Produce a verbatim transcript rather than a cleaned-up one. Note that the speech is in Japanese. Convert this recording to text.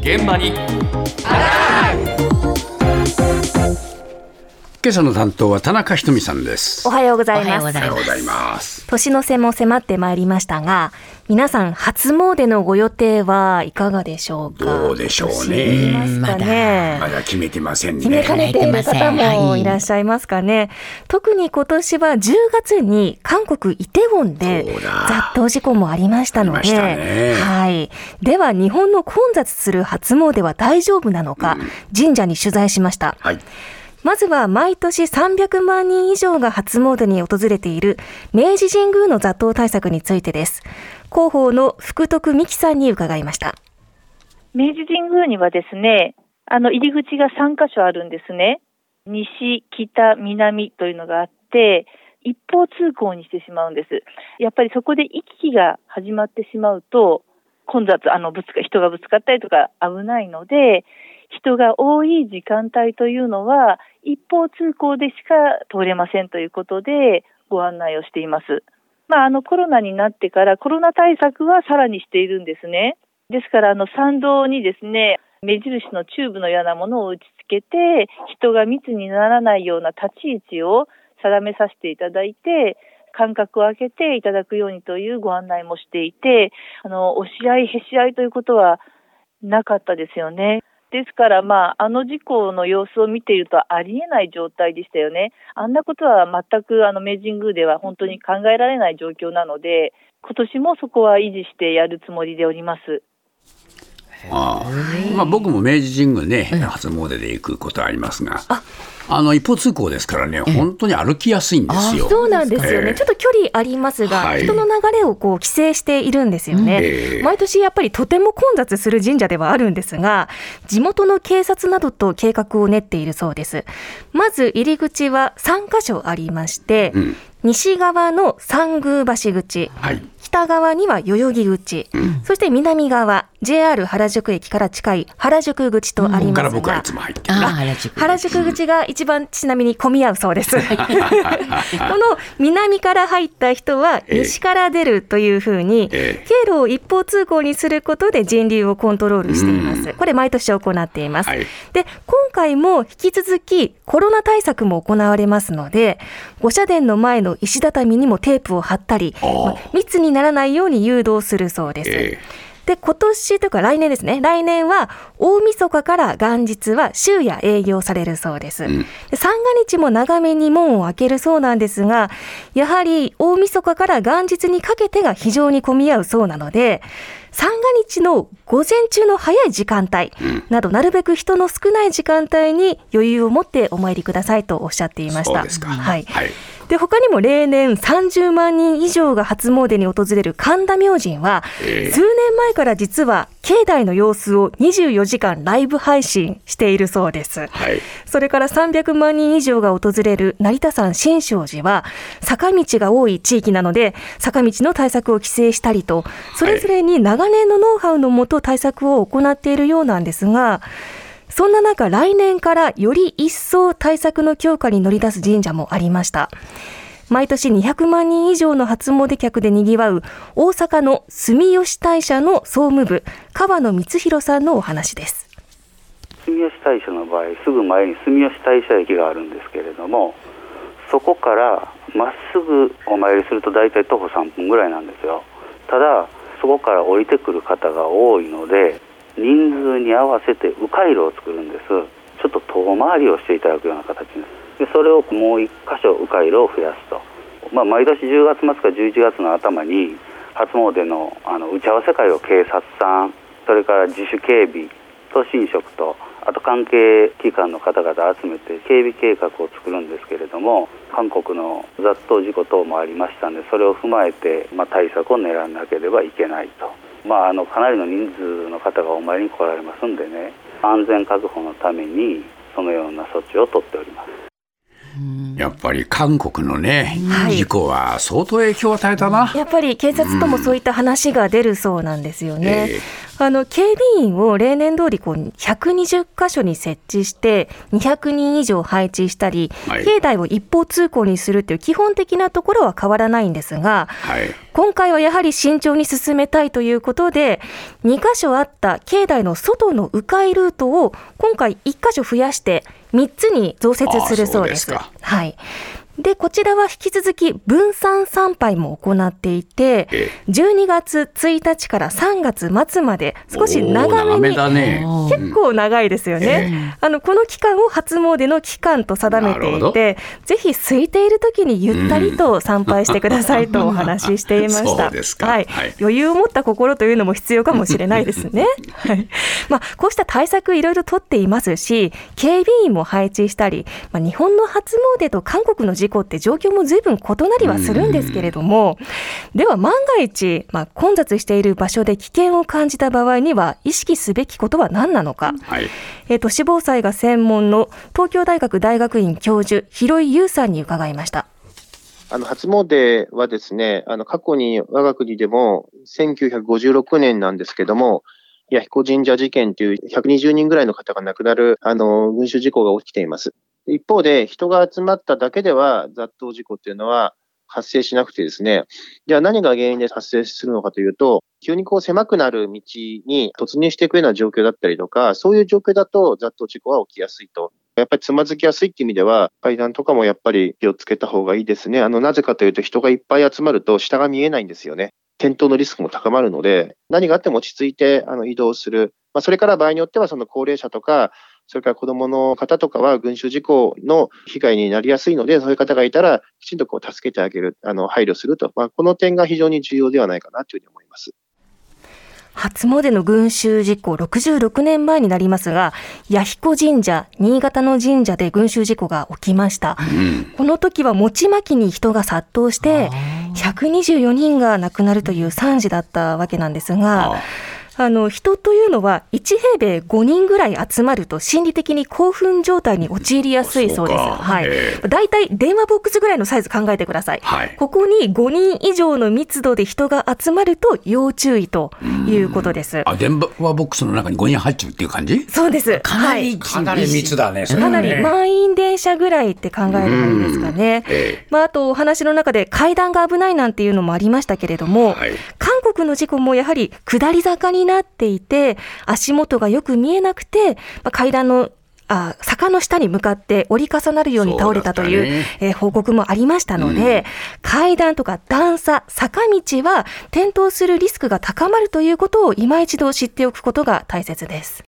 現場に今朝の担当は田中ひとみさんです。 おはようございます。 おはようございます。 年の瀬も迫ってまいりましたが、皆さん初詣のご予定はいかがでしょうか。 どうでしょうね。 まだね、 まだ決めてませんね。 決めかねている方もいらっしゃいますかね。特に今年はじゅうがつに韓国イテウォンで雑踏事故もありましたので、 ね、 はい。では日本の混雑する初詣は大丈夫なのか、うん、神社に取材しました。 はい。 まずは毎年さんびゃくまんにん以上が初詣に訪れている明治神宮の雑踏対策についてです。広報の福徳美希さんに伺いました。 明治神宮にはですね、あの入り口がさんかしょあるんですね。西、北、南というのがあって、一方通行にしてしまうんです。やっぱりそこで行き来が始まってしまうと、混雑、あのぶつか人がぶつかったりとか危ないので、人が多い時間帯というのは一方通行でしか通れませんということでご案内をしています。まあ、あのコロナになってからコロナ対策はさらにしているんですね。ですからあの参道にですね、目印のチューブのようなものを打ち付けて人が密にならないような立ち位置を定めさせていただいて、間隔を空けていただくようにというご案内もしていて、あの押し合いへし合いということはなかったですよね。ですから、まあ、あの事故の様子を見ているとありえない状態でしたよね。あんなことは全くあの明治神宮では本当に考えられない状況なので、今年もそこは維持してやるつもりでおります。 ああ、まあ、僕も明治神宮ね、初詣で行くことありますが、ああの一方通行ですからね、本当に歩きやすいんですよ。 そうなんですよね、えー、ちょっと距離ありますが、はい、人の流れをこう規制しているんですよね、えー、毎年やっぱりとても混雑する神社ではあるんですが、地元の警察などと計画を練っているそうです。まず入り口はさんかしょありまして、うん、西側の三宮橋口、はい、北側には代々木口、うん、そして南側 ジェイアール 原宿駅から近い原宿口とありますが、うん、 僕はいつも入ってる、 原宿原宿口が一番ちなみに混み合うそうですこの南から入った人は西から出るというふうに、えー、経路を一方通行にすることで人流をコントロールしています、うん、これ毎年行っています、はい、で今回も引き続きコロナ対策も行われますので、御社殿の前の石畳にもテープを貼ったり、まあ、密にならないように誘導するそうです、えーで今年というか来年ですね、来年は大晦日から元日は終夜営業されるそうです、うん、で三が日も長めに門を開けるそうなんですが、やはり大晦日から元日にかけてが非常に混み合うそうなので、三が日の午前中の早い時間帯など、なるべく人の少ない時間帯に余裕を持ってお参りくださいとおっしゃっていました。 そうですか、 はいはい、で他にも例年さんじゅうまんにん以上が初詣に訪れる神田明神は、えー、数年前から実は境内の様子をにじゅうよじかんライブ配信しているそうです、はい、それからさんびゃくまんにん以上が訪れる成田山新勝寺は坂道が多い地域なので、坂道の対策を規制したりと、それぞれに長年のノウハウのもと対策を行っているようなんですが、そんな中来年からより一層対策の強化に乗り出す神社もありました。毎年にひゃくまんにん以上の初詣客で賑わう大阪の住吉大社の総務部川野光弘さんのお話です。 住吉大社の場合、すぐ前に住吉大社駅があるんですけれども、そこからまっすぐお参りすると大体徒歩さんぷんぐらいなんですよ。ただそこから降りてくる方が多いので、人数に合わせて迂回路を作るんです。ちょっと遠回りをしていただくような形です。でそれをもう一箇所迂回路を増やすと、まあ、毎年じゅうがつ末かじゅういちがつの頭に初詣 の, あの打ち合わせ会を警察さん、それから自主警備と神職と、あと関係機関の方々集めて警備計画を作るんですけれども、韓国の雑踏事故等もありましたので、それを踏まえて、まあ、対策を練らなければいけないと。まあ、あのかなりの人数の方がお参りに来られますんでね、安全確保のためにそのような措置を取っております。 やっぱり韓国のね、はい、事故は相当影響を与えたな。 やっぱり警察ともそういった話が出るそうなんですよね、えーあの警備員を例年通りこうひゃくにじゅっかしょに設置してにひゃくにん以上配置したり、はい、境内を一方通行にするという基本的なところは変わらないんですが、はい、今回はやはり慎重に進めたいということでにかしょあった境内の外の迂回ルートを今回いっかしょ増やしてみっつに増設するそうです。はい。でこちらは引き続き分散参拝も行っていて、じゅうにがつついたちからさんがつまつまで少し長めに、ね、結構長いですよね、えー、あのこの期間を初詣の期間と定めていて、ぜひ空いている時にゆったりと参拝してくださいとお話ししていました。そうですか、はいはい、余裕を持った心というのも必要かもしれないですね、はい。まあ、こうした対策いろいろ取っていますし、警備員も配置したり、まあ、日本の初詣と韓国の事故って状況も随分異なりはするんですけれども、では万が一、まあ、混雑している場所で危険を感じた場合には意識すべきことは何なのか、はい、えー、都市防災が専門の東京大学大学院教授広井優さんに伺いました。 あの初詣はですね、あの過去に我が国でもせんきゅうひゃくごじゅうろくねんなんですけども、弥彦神社事件というひゃくにじゅうにんぐらいの方が亡くなるあの群衆事故が起きています。一方で人が集まっただけでは雑踏事故っていうのは発生しなくてですね、じゃあ何が原因で発生するのかというと、急にこう狭くなる道に突入していくような状況だったりとか、そういう状況だと雑踏事故は起きやすいと。やっぱりつまずきやすいっていう意味では、階段とかもやっぱり気をつけた方がいいですね。あの、なぜかというと人がいっぱい集まると下が見えないんですよね。転倒のリスクも高まるので、何があっても落ち着いてあの移動する。まあ、それから場合によってはその高齢者とか、それから子どもの方とかは群衆事故の被害になりやすいので、そういう方がいたらきちんとこう助けてあげる、あの配慮すると、まあ、この点が非常に重要ではないかなというふうに思います。 初詣の群衆事故ろくじゅうろくねんまえになりますが、弥彦神社、新潟の神社で群衆事故が起きました、うん、この時は餅まきに人が殺到してひゃくにじゅうよにんが亡くなるという惨事だったわけなんですが、あの人というのはいちへいべいごにんぐらい集まると心理的に興奮状態に陥りやすいそうです。はい、だいたい電話ボックスぐらいのサイズ考えてください、はい、ここにごにん以上の密度で人が集まると要注意ということです。 あ、電話ボックスの中にごにん入っちゃうっていう感じ？ そうです。 かなり、はい、かなり密だね。それかなり満員電車ぐらいって考えればいいですかね、えーまあ、あとお話の中で階段が危ないなんていうのもありましたけれども、はい、韓国の事故もやはり下り坂になっていて足元がよく見えなくて、まあ、階段のあ坂の下に向かって折り重なるように倒れたという、ねえー、報告もありましたので、うん、階段とか段差、坂道は転倒するリスクが高まるということを今一度知っておくことが大切です。